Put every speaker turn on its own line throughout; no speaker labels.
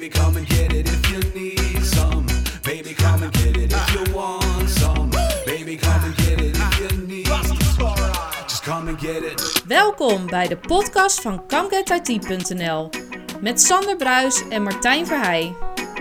Baby, come and get it if you need some. Baby, come and get it if you want some. Baby, come and get it if you need. Just come and get it.
Welkom bij de podcast van ComeGetIT.nl met Sander Bruis en Martijn Verheij.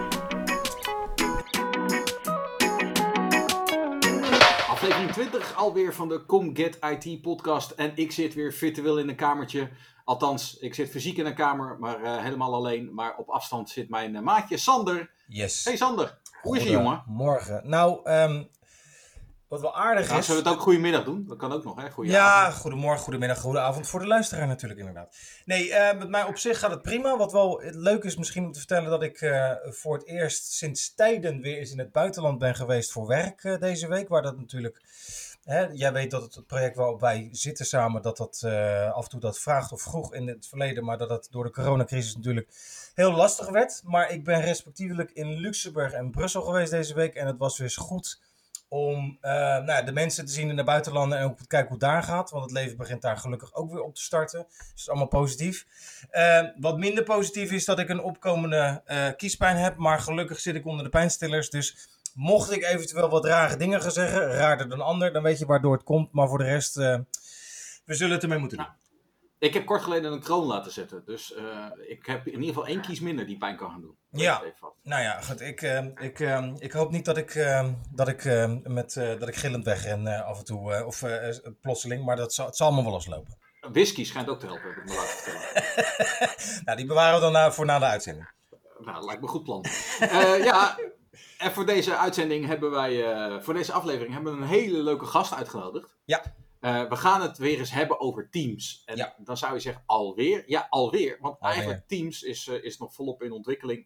Aflevering 20 alweer van de ComeGetIT podcast en ik zit weer virtueel in een kamertje. Althans, ik zit fysiek in een kamer, maar helemaal alleen. Maar op afstand zit mijn maatje Sander.
Yes.
Hey Sander, hoe is je jongen?
Morgen. Nou, wat wel aardig is...
Zullen we het ook goedemiddag doen? Dat kan ook nog, hè?
Ja, goedemorgen, goedemiddag, goedenavond voor de luisteraar natuurlijk inderdaad. Nee, met mij op zich gaat het prima. Wat wel leuk is misschien om te vertellen dat ik voor het eerst sinds tijden weer eens in het buitenland ben geweest voor werk deze week. Waar dat natuurlijk... jij weet dat het project waarop wij zitten samen, dat af en toe dat vraagt of vroeg in het verleden, maar dat het door de coronacrisis natuurlijk heel lastig werd. Maar ik ben respectievelijk in Luxemburg en Brussel geweest deze week en het was dus goed om de mensen te zien in de buitenlanden en ook te kijken hoe het daar gaat. Want het leven begint daar gelukkig ook weer op te starten. Dus dat is allemaal positief. Wat minder positief is dat ik een opkomende kiespijn heb, maar gelukkig zit ik onder de pijnstillers, dus... Mocht ik eventueel wat rare dingen gaan zeggen, raarder dan ander, dan weet je waardoor het komt. Maar voor de rest, we zullen het ermee moeten doen.
Ik heb kort geleden een kroon laten zetten. Dus ik heb in ieder geval 1 kies minder die pijn kan gaan doen.
Ja, nou ja, goed. Ik hoop niet dat ik gillend wegren af en toe, of plotseling. Maar het zal allemaal wel loslopen.
Whisky schijnt ook te helpen, heb ik me laten vertellen.
Nou, die bewaren we dan voor na de uitzending.
Nou, lijkt me een goed plan. En voor deze uitzending hebben wij, voor deze aflevering, hebben we een hele leuke gast uitgenodigd.
Ja.
We gaan het weer eens hebben over Teams. En dan zou je zeggen, alweer? Ja, alweer. Want eigenlijk Teams is nog volop in ontwikkeling.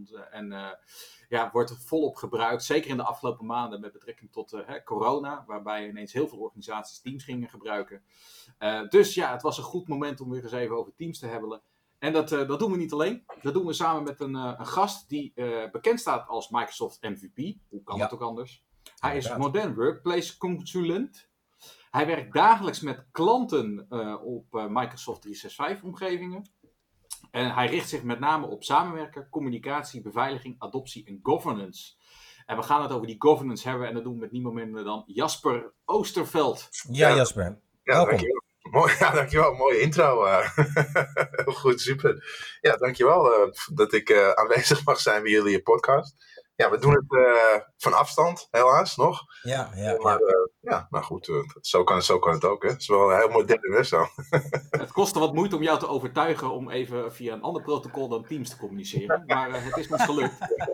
Wordt volop gebruikt. Zeker in de afgelopen maanden met betrekking tot corona. Waarbij ineens heel veel organisaties Teams gingen gebruiken. Dus het was een goed moment om weer eens even over Teams te hebben. En dat doen we niet alleen. Dat doen we samen met een gast die bekend staat als Microsoft MVP. Hoe kan het ook anders? Hij is Modern Workplace Consultant. Hij werkt dagelijks met klanten op Microsoft 365 omgevingen. En hij richt zich met name op samenwerken, communicatie, beveiliging, adoptie en governance. En we gaan het over die governance hebben en dat doen we met niemand minder dan Jasper Oosterveld.
Ja, Jasper. Welkom.
Dankjewel. Dankjewel, mooie intro. Heel goed, super. Ja, dankjewel dat ik aanwezig mag zijn bij jullie podcast. Ja, we doen het van afstand, helaas nog. Maar goed, zo kan het ook. Hè. Het is wel heel modern, hè, zo.
Het kostte wat moeite om jou te overtuigen om even via een ander protocol dan Teams te communiceren. Maar het is ons gelukt.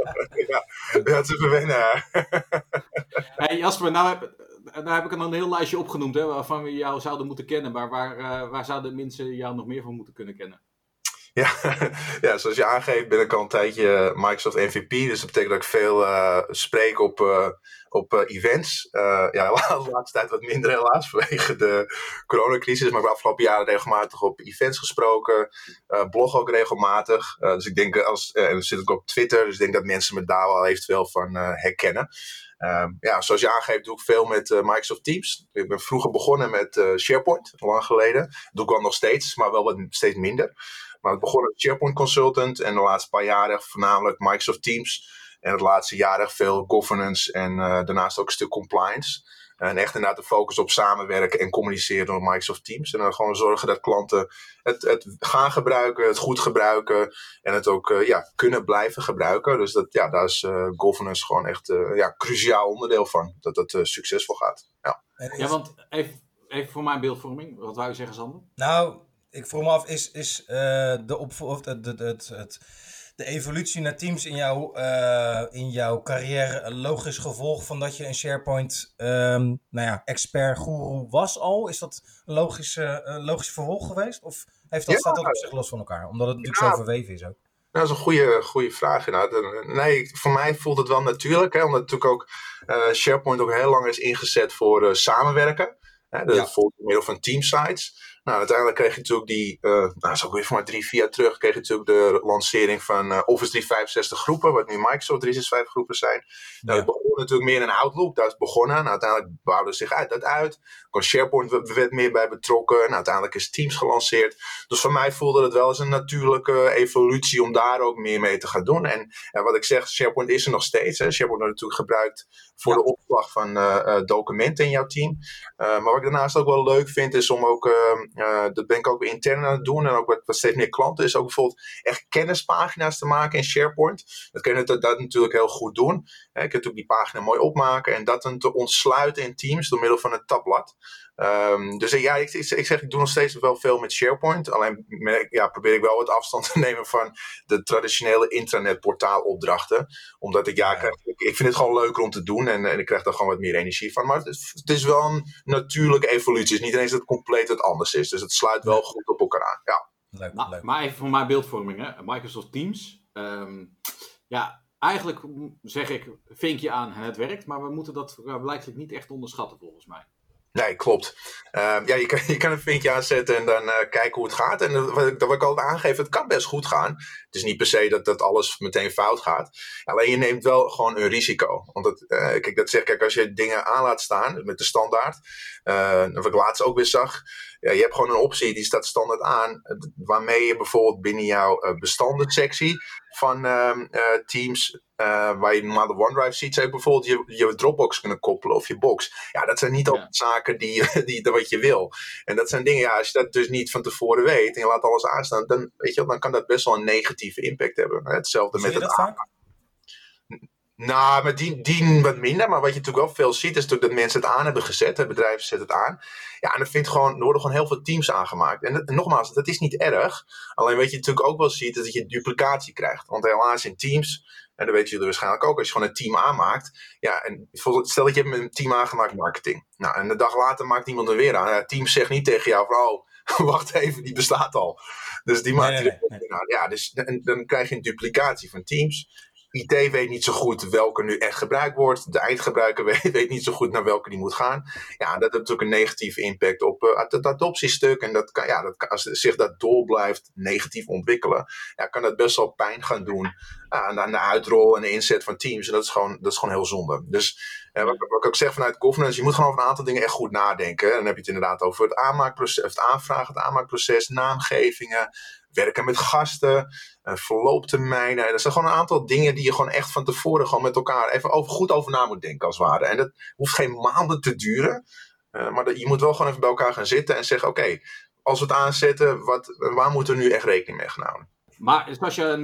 Ja, het is even wennen.
Hey Jasper, nou heb ik er een heel lijstje opgenoemd, hè, waarvan we jou zouden moeten kennen. Maar waar zouden mensen jou nog meer van moeten kunnen kennen?
Ja, zoals je aangeeft ben ik al een tijdje Microsoft MVP. Dus dat betekent dat ik veel spreek op events. De laatste tijd wat minder helaas vanwege de coronacrisis. Maar ik heb de afgelopen jaren regelmatig op events gesproken. Blog ook regelmatig. Dus ik denk, en dan zit ik op Twitter. Dus ik denk dat mensen me daar wel eventueel van herkennen. Zoals je aangeeft doe ik veel met Microsoft Teams. Ik ben vroeger begonnen met SharePoint, lang geleden. Dat doe ik wel nog steeds, maar wel wat steeds minder. Maar ik begon als SharePoint consultant en de laatste paar jaren voornamelijk Microsoft Teams. En het laatste jaar veel governance en daarnaast ook een stuk compliance. En echt inderdaad de focus op samenwerken en communiceren door Microsoft Teams. En dan gewoon zorgen dat klanten het gaan gebruiken, het goed gebruiken. En het ook kunnen blijven gebruiken. Dus daar is governance gewoon echt een cruciaal onderdeel van. Dat het succesvol gaat.
Ja, want even voor mijn beeldvorming. Wat wou je zeggen, Sander?
Nou, ik vroeg me af, is de evolutie naar Teams in jouw carrière een logisch gevolg van dat je een SharePoint expert guru was al? Is dat een logisch vervolg geweest? Of staat dat op zich los van elkaar? Omdat het natuurlijk zo verweven is ook.
Dat is een goede vraag inderdaad. Nee, voor mij voelt het wel natuurlijk. Hè, omdat natuurlijk ook SharePoint ook heel lang is ingezet voor samenwerken. Bijvoorbeeld door middel van teamsites. Nou, uiteindelijk kreeg je natuurlijk dat is ook weer voor maar 3-4 jaar terug, kreeg je natuurlijk de lancering van Office 365 groepen, wat nu Microsoft 365 groepen zijn. Nou, het begon natuurlijk meer in Outlook, daar is het begonnen. Nou, uiteindelijk bouwde zich dat uit. Kon SharePoint werd meer bij betrokken. Nou, uiteindelijk is Teams gelanceerd. Dus voor mij voelde het wel als een natuurlijke evolutie om daar ook meer mee te gaan doen. En wat ik zeg, SharePoint is er nog steeds. Hè. SharePoint wordt natuurlijk gebruikt voor de opslag van documenten in jouw team. Maar wat ik daarnaast ook wel leuk vind, is om ook, dat ben ik ook intern aan het doen, en ook wat steeds meer klanten, is ook bijvoorbeeld echt kennispagina's te maken in SharePoint. Dat kun je dat natuurlijk heel goed doen. Je kunt natuurlijk die pagina mooi opmaken en dat dan te ontsluiten in Teams door middel van een tabblad. Dus ik zeg, ik doe nog steeds wel veel met SharePoint. Alleen probeer ik wel wat afstand te nemen van de traditionele intranet portaalopdrachten. Omdat ik vind het gewoon leuker om te doen en ik krijg daar gewoon wat meer energie van. Maar het is wel een natuurlijke evolutie. Het is niet eens dat het compleet wat anders is. Dus het sluit wel goed op elkaar aan. Ja.
Leuk. Maar even voor mijn beeldvorming. Hè. Microsoft Teams. Eigenlijk zeg ik, vinkje aan en het werkt. Maar we moeten dat blijkbaar niet echt onderschatten volgens mij.
Nee, klopt. Je kan een vinkje aanzetten en dan kijken hoe het gaat. En wat ik al aangeef, het kan best goed gaan. Het is niet per se dat alles meteen fout gaat. Alleen je neemt wel gewoon een risico. Want als je dingen aan laat staan met de standaard. Wat ik laatst ook weer zag. Je hebt gewoon een optie, die staat standaard aan. Waarmee je bijvoorbeeld binnen jouw bestandensectie van Teams, waar je normaal de OneDrive ziet, zou je bijvoorbeeld je Dropbox kunnen koppelen of je box. Ja, dat zijn niet altijd zaken die wat je wil. En dat zijn dingen, als je dat dus niet van tevoren weet en je laat alles aanstaan, dan kan dat best wel een negatieve impact hebben. Hetzelfde met het aanmaken. Nou, met die wat minder. Maar wat je natuurlijk wel veel ziet, is natuurlijk dat mensen het aan hebben gezet. Bedrijven zetten het aan. Ja, en er worden gewoon heel veel teams aangemaakt. En nogmaals, dat is niet erg. Alleen wat je natuurlijk ook wel ziet, is dat je duplicatie krijgt. Want helaas in teams, en dat weten jullie waarschijnlijk ook, als je gewoon een team aanmaakt. Ja, en stel dat je hebt een team aangemaakt marketing. Nou, en de dag later maakt iemand er weer aan. Ja, teams zegt niet tegen jou van, wacht even, die bestaat al. Dus die maakt die aan. Ja, dus dan krijg je een duplicatie van teams. IT weet niet zo goed welke nu echt gebruikt wordt. De eindgebruiker weet niet zo goed naar welke die moet gaan. Ja, dat heeft natuurlijk een negatieve impact op het adoptiestuk. En dat kan, als zich dat door blijft negatief ontwikkelen, kan dat best wel pijn gaan doen aan de uitrol en de inzet van teams. En dat is gewoon heel zonde. Dus wat ik ook zeg vanuit governance, je moet gewoon over een aantal dingen echt goed nadenken. En dan heb je het inderdaad over het aanmaakproces, het aanvragen, het aanmaakproces, naamgevingen, werken met gasten, verlooptermijnen. Dat zijn gewoon een aantal dingen die je gewoon echt van tevoren gewoon met elkaar even goed over na moet denken als het ware. En dat hoeft geen maanden te duren. Maar je moet wel gewoon even bij elkaar gaan zitten en zeggen, oké, als we het aanzetten, waar moeten we nu echt rekening mee gaan houden?
Maar zoals je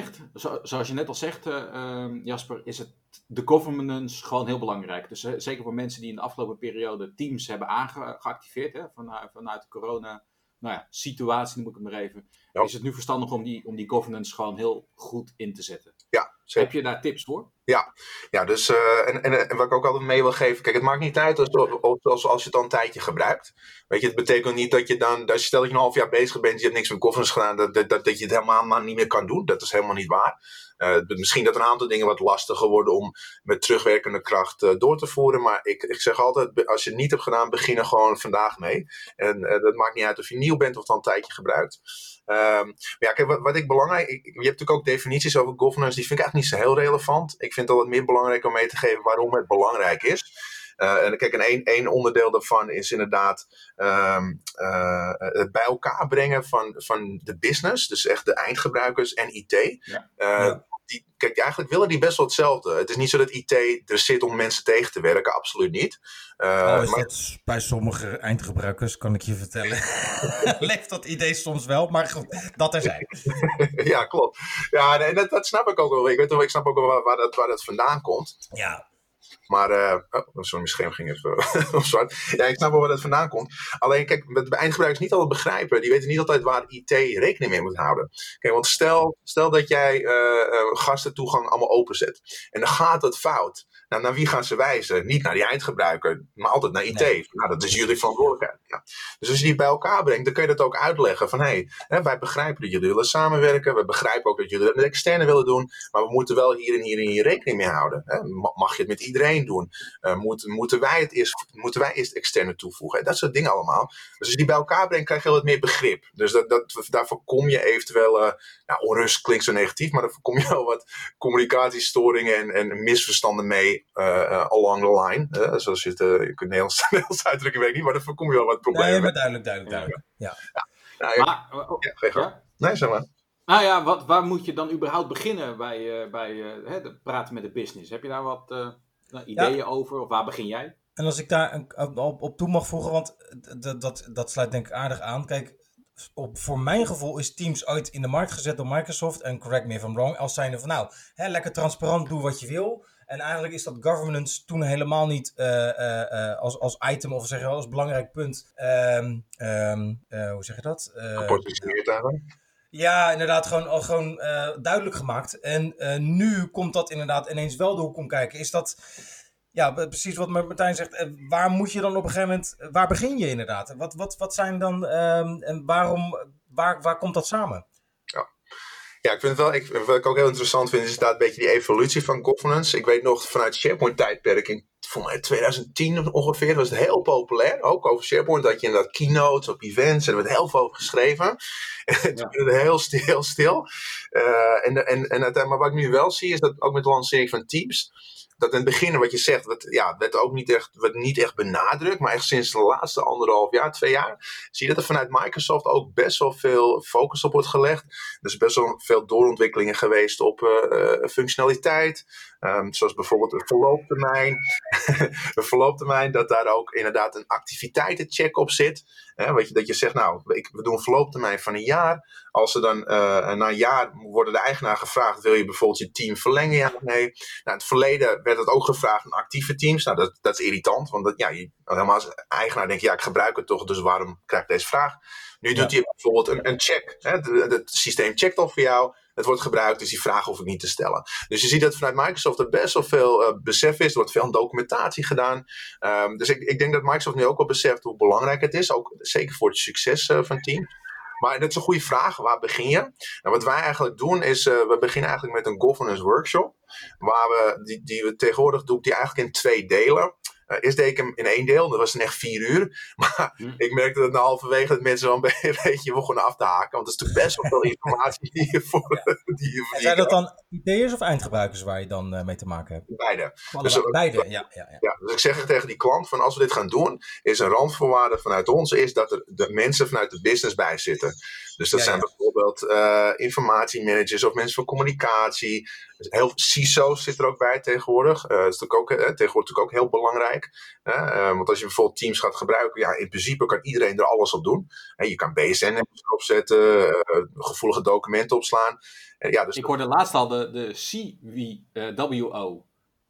net al zegt, Jasper, is de governance gewoon heel belangrijk. Dus zeker voor mensen die in de afgelopen periode Teams hebben geactiveerd, vanuit de corona situatie, noem ik het maar even. Ja. Is het nu verstandig om die governance gewoon heel goed in te zetten?
Ja, zeker.
Heb je daar tips voor?
Ja, dus en wat ik ook altijd mee wil geven, kijk, het maakt niet uit als je het al een tijdje gebruikt. Weet je, het betekent niet dat je dan, stel dat je een half jaar bezig bent, je hebt niks met governance gedaan, dat je het helemaal niet meer kan doen. Dat is helemaal niet waar. Misschien dat een aantal dingen wat lastiger worden om met terugwerkende kracht door te voeren. Maar ik zeg altijd, als je het niet hebt gedaan, begin er gewoon vandaag mee. En dat maakt niet uit of je nieuw bent of het al een tijdje gebruikt. Maar kijk, wat ik belangrijk... Je hebt natuurlijk ook definities over governance, die vind ik eigenlijk niet zo heel relevant. Ik vind het altijd meer belangrijk om mee te geven waarom het belangrijk is. En kijk, één onderdeel daarvan is inderdaad het bij elkaar brengen van de business, dus echt de eindgebruikers en IT. Ja. Kijk, eigenlijk willen die best wel hetzelfde. Het is niet zo dat IT er zit om mensen tegen te werken, absoluut niet.
Dat bij sommige eindgebruikers, kan ik je vertellen. Leeft dat idee soms wel, maar goed, dat er zijn.
Ja, klopt. Ja, nee, dat snap ik ook wel. Ik snap ook wel waar dat vandaan komt.
Ja.
Maar, sorry, mijn scherm ging even op zwart. Ja, ik snap wel waar dat vandaan komt. Alleen, kijk, de eindgebruikers niet altijd begrijpen. Die weten niet altijd waar IT rekening mee moet houden. Kijk, want stel dat jij gastentoegang allemaal openzet. En dan gaat het fout. Nou, naar wie gaan ze wijzen? Niet naar die eindgebruiker, maar altijd naar IT. Nee. Nou, dat is jullie verantwoordelijkheid. Ja. Dus als je die bij elkaar brengt, dan kun je dat ook uitleggen. Van wij begrijpen dat jullie willen samenwerken. We begrijpen ook dat jullie het met externe willen doen. Maar we moeten wel hier en hier rekening mee houden. Mag je het met iedereen doen? Moeten wij eerst externe toevoegen? Dat soort dingen allemaal. Dus als je die bij elkaar brengt, krijg je wat meer begrip. Dus daar voorkom je eventueel... onrust klinkt zo negatief, maar daar voorkom je wel wat communicatiestoringen en misverstanden mee along the line. Zoals je het Nederlands uitdrukken, weet ik niet, maar daar voorkom je wel wat problemen.
Nee, maar duidelijk. Ja.
Nee, zeg maar.
Nou ja, waar moet je dan überhaupt beginnen bij praten met de business? Heb je daar wat ideeën over, of waar begin jij?
En als ik daar op toe mag voegen, want dat sluit denk ik aardig aan. Kijk, voor mijn gevoel is Teams ooit in de markt gezet door Microsoft. En correct me if I'm wrong. Als zijnde van lekker transparant, doe wat je wil. En eigenlijk is dat governance toen helemaal niet als item of zeg je wel, als belangrijk punt. Hoe zeg je dat?
Geportretteerd eigenlijk.
Ja, inderdaad, gewoon duidelijk gemaakt. En nu komt dat inderdaad ineens wel de hoek om kijken. Is dat... Ja, precies wat Martijn zegt. Waar moet je dan op een gegeven moment... Waar begin je inderdaad? Wat zijn dan... en waarom... Waar komt dat samen?
Ja, ik vind het wel... Wat ik ook heel interessant vind... is inderdaad een beetje die evolutie van governance. Ik weet nog vanuit SharePoint-tijdperk... in volgens mij 2010 ongeveer... was het heel populair. Ook over SharePoint. Dat je inderdaad keynotes op events... en er werd heel veel over geschreven. En toen werd het heel stil. Maar wat ik nu wel zie... is dat ook met de lancering van Teams... dat in het begin wat je zegt, werd ook niet echt benadrukt, maar echt sinds de laatste 1,5 jaar, 2 jaar, zie je dat er vanuit Microsoft ook best wel veel focus op wordt gelegd. Er is best wel veel doorontwikkelingen geweest op functionaliteit, zoals bijvoorbeeld een verlooptermijn. Een verlooptermijn, dat daar ook inderdaad een activiteitencheck op zit. Dat je zegt, we doen een verlooptermijn van 1 jaar. Als ze dan na 1 jaar worden de eigenaar gevraagd, wil je bijvoorbeeld je team verlengen, ja of nee? Nou, in het verleden werd het ook gevraagd aan actieve teams. Nou, dat is irritant, want helemaal als eigenaar denk je, ik gebruik het toch, dus waarom krijg ik deze vraag? Nu doet hij bijvoorbeeld een check. Het systeem checkt al voor jou. Het wordt gebruikt, dus die vraag hoef ik niet te stellen. Dus je ziet dat vanuit Microsoft er best wel veel besef is. Er wordt veel documentatie gedaan. Dus ik denk dat Microsoft nu ook wel beseft hoe belangrijk het is. Ook zeker voor het succes van Teams. Maar dat is een goede vraag. Waar begin je? Nou, wat wij eigenlijk doen is, we beginnen eigenlijk met een governance workshop. Waar we tegenwoordig doe ik die eigenlijk in 2 delen. Eerst deed ik hem in 1 deel, dat was dan echt 4 uur. Maar ik merkte dat na halverwege dat mensen wel een beetje begonnen af te haken. Want het is natuurlijk best wel veel informatie die je voor...
En zijn dat dan IT'ers of eindgebruikers waar je dan mee te maken hebt?
Beide.
Beide, ja.
Dus ik zeg tegen die klant, van als we dit gaan doen, is een randvoorwaarde vanuit ons, is dat er de mensen vanuit de business bij zitten. Dus dat zijn bijvoorbeeld informatiemanagers of mensen van communicatie. Heel CISO's zit er ook bij tegenwoordig. Dat is tegenwoordig ook heel belangrijk. Want als je bijvoorbeeld Teams gaat gebruiken, in principe kan iedereen er alles op doen. Je kan BSN opzetten, gevoelige documenten opslaan. Dus
ik hoorde laatst al de CWO.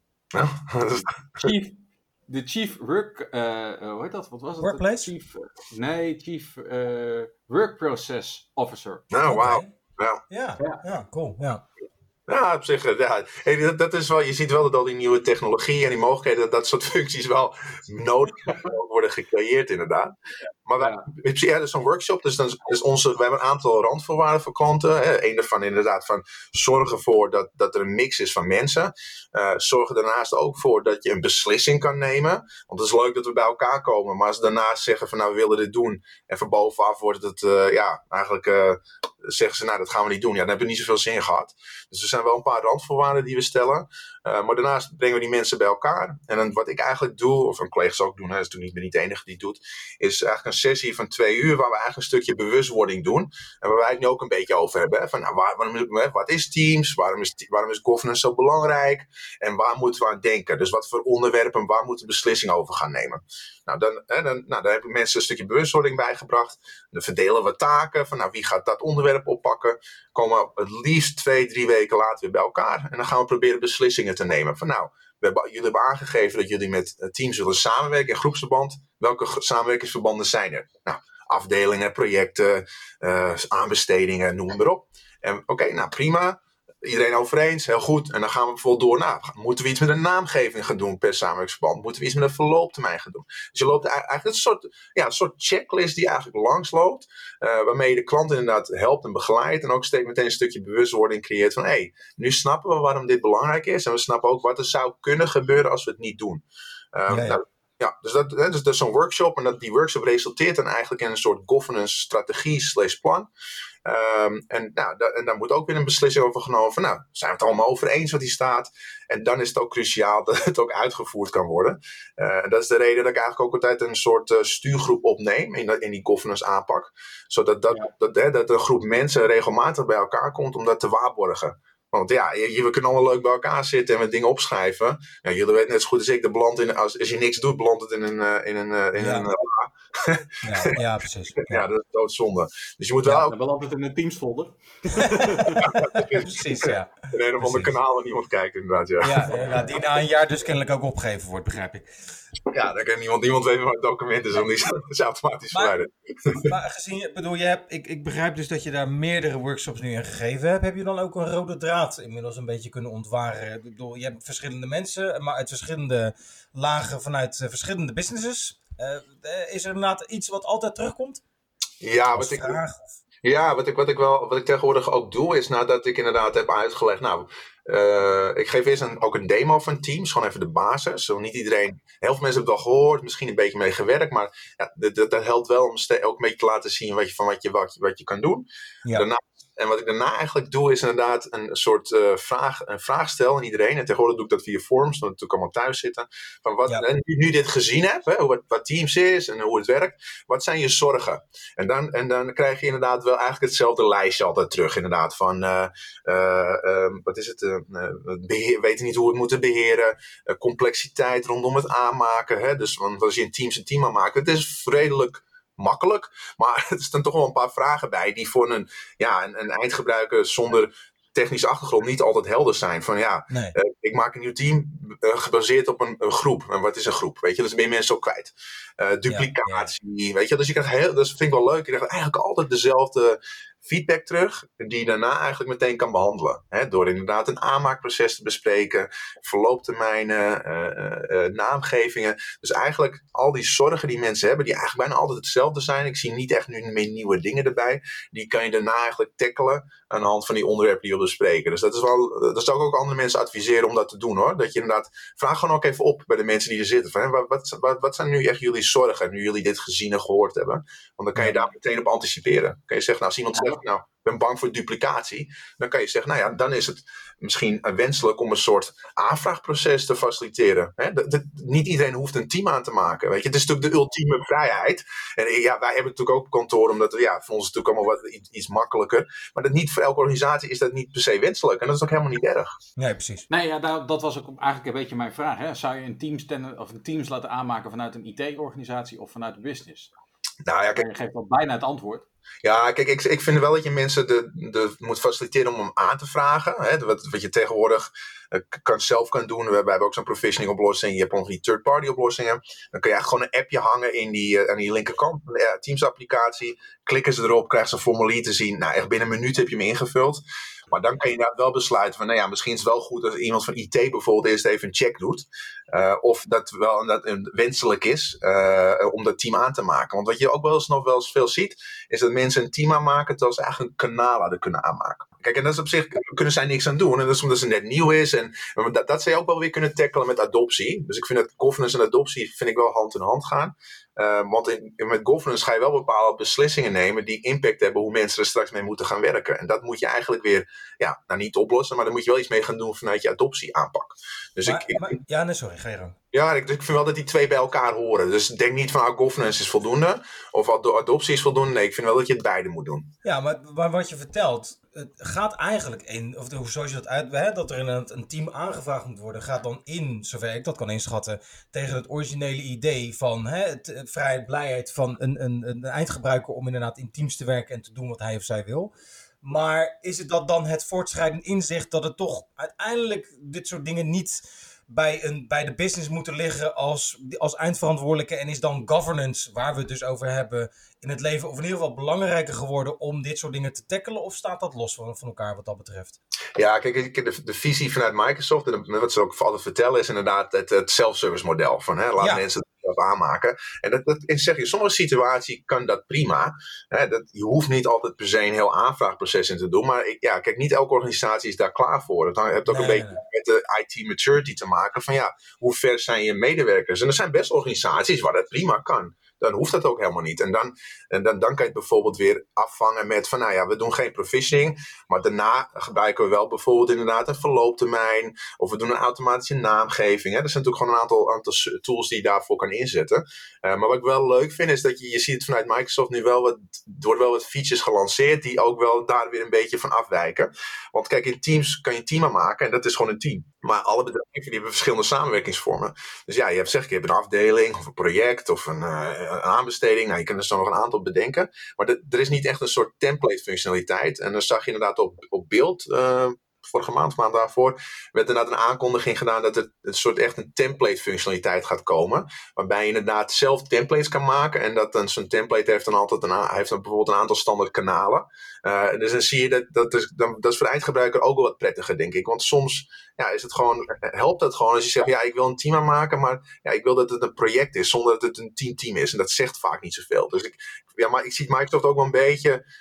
De Chief Work... hoe heet dat? Wat was het?
Workplace?
Chief Work Process Officer.
Nou, wauw.
Ja, cool. Ja.
Ja, op zich, dat is wel, je ziet wel dat al die nieuwe technologie en die mogelijkheden, dat soort functies wel nodig worden gecreëerd inderdaad. Maar dus zo'n workshop, dus we hebben een aantal randvoorwaarden voor klanten. Eén daarvan inderdaad van zorg ervoor dat er een mix is van mensen. Zorg er daarnaast ook voor dat je een beslissing kan nemen. Want het is leuk dat we bij elkaar komen, maar als ze daarnaast zeggen van we willen dit doen en van bovenaf wordt het zeggen ze dat gaan we niet doen. Dan hebben we niet zoveel zin gehad. Dus er zijn wel een paar randvoorwaarden die we stellen. Maar daarnaast brengen we die mensen bij elkaar. En dan wat ik eigenlijk doe, of mijn collega's ook doen, dus toen ik ben niet de enige die het doet, is eigenlijk een sessie van 2 uur waar we eigenlijk een stukje bewustwording doen. En waar wij het nu ook een beetje over hebben. Van wat is Teams? Waarom is governance zo belangrijk? En waar moeten we aan denken? Dus wat voor onderwerpen, waar moeten we beslissingen over gaan nemen? Dan heb ik mensen een stukje bewustwording bijgebracht. Dan verdelen we taken van wie gaat dat onderwerp oppakken. Komen we het liefst 2-3 weken later weer bij elkaar. En dan gaan we proberen beslissingen te nemen. Van jullie hebben aangegeven dat jullie met Teams willen samenwerken in groepsverband. Welke samenwerkingsverbanden zijn er? Afdelingen, projecten, aanbestedingen, noem maar op. En prima. Iedereen over eens, heel goed. En dan gaan we bijvoorbeeld door. Nou, moeten we iets met een naamgeving gaan doen per samenwerkingsverband? Moeten we iets met een verlooptermijn gaan doen? Dus je loopt eigenlijk een soort checklist die eigenlijk langsloopt. Waarmee je de klant inderdaad helpt en begeleidt. En ook steeds meteen een stukje bewustwording creëert van nu snappen we waarom dit belangrijk is. En we snappen ook wat er zou kunnen gebeuren als we het niet doen. Dus dat is zo'n workshop. En die workshop resulteert dan eigenlijk in een soort governance strategie / plan. En daar moet ook weer een beslissing over genomen. Van, zijn we het allemaal over eens wat hier staat? En dan is het ook cruciaal dat het ook uitgevoerd kan worden. En dat is de reden dat ik eigenlijk ook altijd een soort stuurgroep opneem in die governance aanpak. Zodat dat een groep mensen regelmatig bij elkaar komt om dat te waarborgen. Want we kunnen allemaal leuk bij elkaar zitten en met dingen opschrijven. Ja, jullie weten net zo goed als ik, als je niks doet, belandt het in een
Ja, precies.
Ja, dat is doodzonde. Dus je moet wel ook...
Dan belandt het in een Teams folder.
Precies, ja.
In een of ander kanaal waar niemand kijkt, inderdaad.
Ja, die na een jaar dus kennelijk ook opgegeven wordt, begrijp ik.
Ja, dan kan niemand weten wat het document is, want die is automatisch verwijderd.
Maar gezien, ik begrijp dus dat je daar meerdere workshops nu in gegeven hebt. Heb je dan ook een rode draad inmiddels een beetje kunnen ontwaren? Ik bedoel, je hebt verschillende mensen, maar uit verschillende lagen vanuit verschillende businesses. Is er inderdaad iets wat altijd terugkomt?
Ja, wat ik tegenwoordig ook doe, is nadat ik inderdaad heb uitgelegd, ik geef eerst ook een demo van Teams, gewoon even de basis. Zo niet iedereen, heel veel mensen hebben het al gehoord, misschien een beetje mee gewerkt, maar dat helpt wel om ook een beetje te laten zien wat je kan doen. Ja. En wat ik daarna eigenlijk doe, is inderdaad een soort vraag stellen aan iedereen. En tegenwoordig doe ik dat via forums, omdat we natuurlijk allemaal thuis zitten. Van nu dit gezien hebt, wat Teams is en hoe het werkt, wat zijn je zorgen? En dan krijg je inderdaad wel eigenlijk hetzelfde lijstje altijd terug. Inderdaad, van wat is het? Weten niet hoe we het moeten beheren. Complexiteit rondom het aanmaken. Dus want als je in Teams een team aanmaakt, het is redelijk makkelijk, maar er staan toch wel een paar vragen bij die voor een eindgebruiker zonder technische achtergrond niet altijd helder zijn. Van ik maak een nieuw team gebaseerd op een groep. En wat is een groep? Weet je, dus ben je mensen ook kwijt. Duplicatie, weet je. Dus je krijgt dat vind ik wel leuk. Je krijgt eigenlijk altijd dezelfde feedback terug, die je daarna eigenlijk meteen kan behandelen. Door inderdaad een aanmaakproces te bespreken, verlooptermijnen, naamgevingen. Dus eigenlijk al die zorgen die mensen hebben, die eigenlijk bijna altijd hetzelfde zijn. Ik zie niet echt nu meer nieuwe dingen erbij. Die kan je daarna eigenlijk tackelen aan de hand van die onderwerpen die we bespreken. Dus dat zou ik ook andere mensen adviseren om dat te doen, hoor. Dat je inderdaad, vraag gewoon ook even op bij de mensen die er zitten. Van, wat zijn nu echt jullie zorgen, nu jullie dit gezien en gehoord hebben? Want dan kan je daar meteen op anticiperen. Kan je zeggen, als iemand zegt, ik ben bang voor duplicatie, dan kan je zeggen, dan is het misschien wenselijk om een soort aanvraagproces te faciliteren. Niet iedereen hoeft een team aan te maken. Weet je? Het is natuurlijk de ultieme vrijheid. En wij hebben natuurlijk ook kantoor, omdat voor ons is het natuurlijk allemaal iets makkelijker. Maar niet voor elke organisatie is dat niet per se wenselijk. En dat is ook helemaal niet erg.
Nee, precies.
Nee, dat was ook eigenlijk een beetje mijn vraag. Hè? Zou je een Teams laten aanmaken vanuit een IT-organisatie of vanuit de business?
Nou ja, kijk,
je geeft wel bijna het antwoord.
Ja, kijk, ik vind wel dat je mensen moet faciliteren om hem aan te vragen. Wat je tegenwoordig zelf kan doen. We hebben ook zo'n provisioning oplossing. Je hebt nog die third-party oplossingen. Dan kun je eigenlijk gewoon een appje hangen aan die linkerkant van de Teams applicatie. Klikken ze erop, krijgen ze een formulier te zien. Echt binnen een minuut heb je hem ingevuld. Maar dan kan je daar wel besluiten van, misschien is het wel goed als iemand van IT bijvoorbeeld eerst even een check doet. Of dat wenselijk is om dat team aan te maken. Want wat je ook wel eens veel ziet, is dat mensen een team aanmaken terwijl ze eigenlijk een kanaal hadden kunnen aanmaken. Kijk, en dat is op zich, kunnen zij niks aan doen. En dat is omdat ze net nieuw is. En dat zou je ook wel weer kunnen tackelen met adoptie. Dus ik vind dat governance en adoptie vind ik wel hand in hand gaan. Want met governance ga je wel bepaalde beslissingen nemen die impact hebben hoe mensen er straks mee moeten gaan werken. En dat moet je eigenlijk weer, niet oplossen, maar daar moet je wel iets mee gaan doen vanuit je adoptie aanpak. Dus
sorry, ga je gang.
Ja, ik vind wel dat die twee bij elkaar horen. Dus denk niet van governance is voldoende of adoptie is voldoende. Nee, ik vind wel dat je het beide moet doen.
Ja, maar wat je vertelt, het gaat eigenlijk zoals je dat dat er een team aangevraagd moet worden, gaat dan zover ik dat kan inschatten, tegen het originele idee van het vrijheid, blijheid van een eindgebruiker om inderdaad in teams te werken en te doen wat hij of zij wil. Maar is het dat dan het voortschrijdend inzicht dat het toch uiteindelijk dit soort dingen niet bij de business moeten liggen als eindverantwoordelijke en is dan governance, waar we het dus over hebben, in het leven of in ieder geval belangrijker geworden om dit soort dingen te tackelen, of staat dat los van elkaar wat dat betreft?
Ja, kijk, de visie vanuit Microsoft, en wat ze ook altijd vertellen, is inderdaad het self-service model. Van laat mensen het zelf aanmaken. En dat zeg je, in sommige situaties kan dat prima. Je hoeft niet altijd per se een heel aanvraagproces in te doen. Maar kijk, niet elke organisatie is daar klaar voor. Dat heeft ook een beetje met de IT maturity te maken. Van hoe ver zijn je medewerkers? En er zijn best organisaties waar dat prima kan. Dan hoeft dat ook helemaal niet. En dan kan je het bijvoorbeeld weer afvangen met van, we doen geen provisioning, maar daarna gebruiken we wel bijvoorbeeld inderdaad een verlooptermijn, of we doen een automatische naamgeving. Er zijn natuurlijk gewoon een aantal tools die je daarvoor kan inzetten. Maar wat ik wel leuk vind, is dat je ziet het vanuit Microsoft nu wel wat features gelanceerd die ook wel daar weer een beetje van afwijken. Want kijk, in Teams kan je een team aanmaken en dat is gewoon een team. Maar alle bedrijven die hebben verschillende samenwerkingsvormen. Dus je hebt je hebt een afdeling of een project of een aanbesteding. Je kan er zo nog een aantal bedenken. Maar er is niet echt een soort template functionaliteit. En dan zag je inderdaad op beeld, vorige maand daarvoor, werd inderdaad een aankondiging gedaan dat er een soort echt een template functionaliteit gaat komen. Waarbij je inderdaad zelf templates kan maken. En dat zo'n template heeft dan bijvoorbeeld een aantal standaard kanalen. Dus dan zie je dat is voor de eindgebruiker ook wel wat prettiger, denk ik. Want soms is het gewoon, helpt het gewoon als je zegt, ik wil een team aanmaken, maar ik wil dat het een project is, zonder dat het een team is. En dat zegt vaak niet zoveel. Dus ik zie Microsoft ook wel een beetje,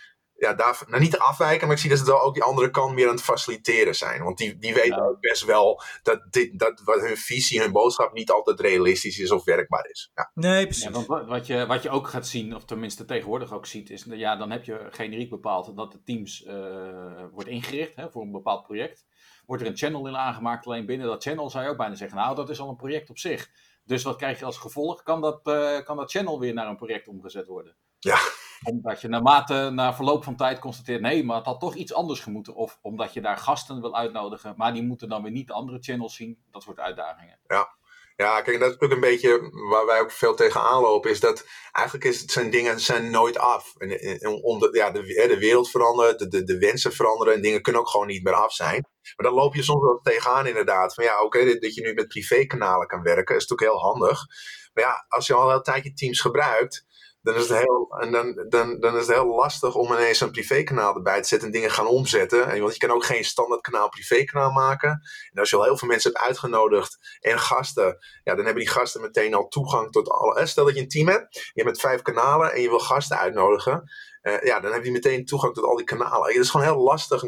niet te afwijken, maar ik zie dat ze wel ook die andere kant meer aan het faciliteren zijn. Want die weten ook best wel dat wat hun visie, hun boodschap niet altijd realistisch is of werkbaar is. Ja.
Nee, precies.
Ja, want wat je ook gaat zien, of tenminste tegenwoordig ook ziet, is dan heb je generiek bepaald dat de Teams wordt ingericht voor een bepaald project. Wordt er een channel in aangemaakt, alleen binnen dat channel zou je ook bijna zeggen, dat is al een project op zich. Dus wat krijg je als gevolg? Kan dat channel weer naar een project omgezet worden?
Ja.
Omdat je na verloop van tijd constateert, nee, maar het had toch iets anders gemoeten. Of omdat je daar gasten wil uitnodigen, maar die moeten dan weer niet de andere channels zien. Dat soort uitdagingen.
Ja, kijk, dat is natuurlijk een beetje waar wij ook veel tegenaan lopen, is dat eigenlijk zijn dingen nooit af. De wereld verandert, de wensen veranderen en dingen kunnen ook gewoon niet meer af zijn. Maar dan loop je soms wel tegenaan inderdaad. Van dat je nu met privékanalen kan werken, is natuurlijk heel handig. Maar als je al een tijdje Teams gebruikt, dan is het heel lastig om ineens een privékanaal erbij te zetten en dingen gaan omzetten. Want je kan ook geen standaard kanaal privékanaal maken. En als je al heel veel mensen hebt uitgenodigd en gasten, dan hebben die gasten meteen al toegang tot alle. Stel dat je een team hebt, je hebt met 5 kanalen en je wil gasten uitnodigen. Dan heb je meteen toegang tot al die kanalen. Het is gewoon heel lastig.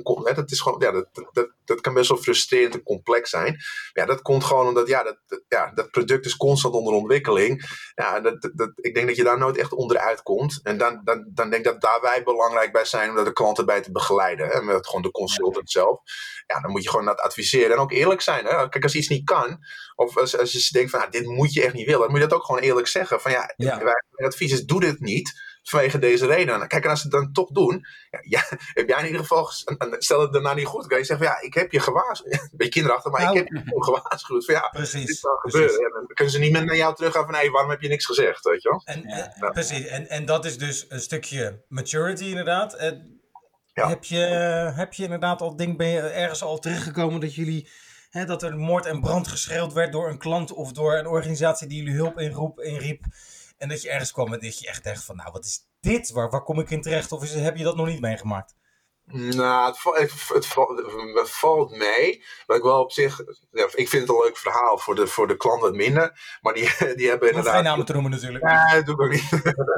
Dat kan best wel frustrerend en complex zijn. Dat komt gewoon omdat dat product is constant onder ontwikkeling. Ik denk dat je daar nooit echt onderuit komt. En dan denk ik dat daar wij belangrijk bij zijn om de klanten bij te begeleiden. Hè, met gewoon de consultant zelf. Dan moet je gewoon dat adviseren. En ook eerlijk zijn. Hè. Kijk, als iets niet kan, of als je denkt van dit moet je echt niet willen, dan moet je dat ook gewoon eerlijk zeggen. Van mijn advies is, doe dit niet. Vanwege deze reden. Kijk, en als ze het dan toch doen, heb jij in ieder geval, stel het daarna niet goed, kan je zeggen van ik heb je gewaarschuwd. Een beetje kinderachtig, maar ik heb je gewaarschuwd. Van
precies,
dit kan gebeuren. Dan kunnen ze niet meer naar jou terug gaan van waarom heb je niks gezegd, weet je wel?
Precies, en dat is dus een stukje maturity inderdaad. Heb je inderdaad ben je ergens al terechtgekomen dat jullie, dat er moord en brand geschreeuwd werd door een klant of door een organisatie die jullie hulp inriep? En dat je ergens kwam en dat je echt dacht van, wat is dit? Waar kom ik in terecht? Of heb je dat nog niet meegemaakt?
Nou, het valt mee. Maar ik wel op zich, ik vind het een leuk verhaal voor de klant wat minder. Maar die hebben inderdaad.
Geen namen te noemen natuurlijk.
Nee, dat doe ik ook niet.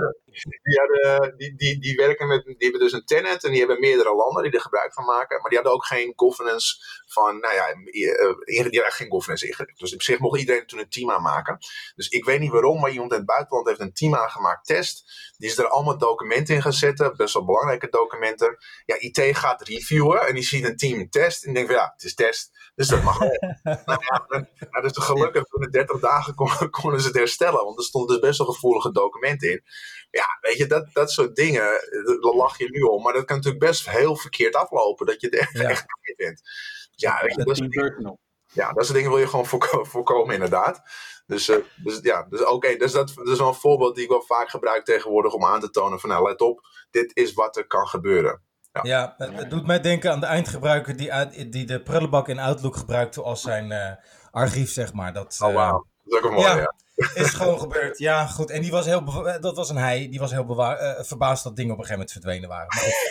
Die werken die hebben dus een tenant en die hebben meerdere landen die er gebruik van maken. Maar die hadden ook geen governance van, die hadden geen governance ingericht. Dus op zich mocht iedereen toen een team aanmaken. Dus ik weet niet waarom, maar iemand in het buitenland heeft een team aangemaakt, test. Die is er allemaal documenten in gaan zetten, best wel belangrijke documenten. IT gaat reviewen en die ziet een team in test en denkt van het is test, dus dat mag wel. Dus gelukkig binnen 30 dagen konden ze het herstellen, want er stonden dus best wel gevoelige documenten in. Weet je, dat soort dingen, daar lach je nu om, maar dat kan natuurlijk best heel verkeerd aflopen, dat je het echt kwijt bent. Weet je, dat soort dingen wil je gewoon voorkomen inderdaad. Dus dat is wel een voorbeeld die ik wel vaak gebruik tegenwoordig om aan te tonen van let op, dit is wat er kan gebeuren.
Ja, het doet mij denken aan de eindgebruiker die de prullenbak in Outlook gebruikte als zijn archief, zeg maar. Dat,
wauw. Dat is ook een mooie, ja.
Is gewoon gebeurd. Ja, goed. En die was dat was een hij. Die was heel verbaasd dat dingen op een gegeven moment verdwenen waren.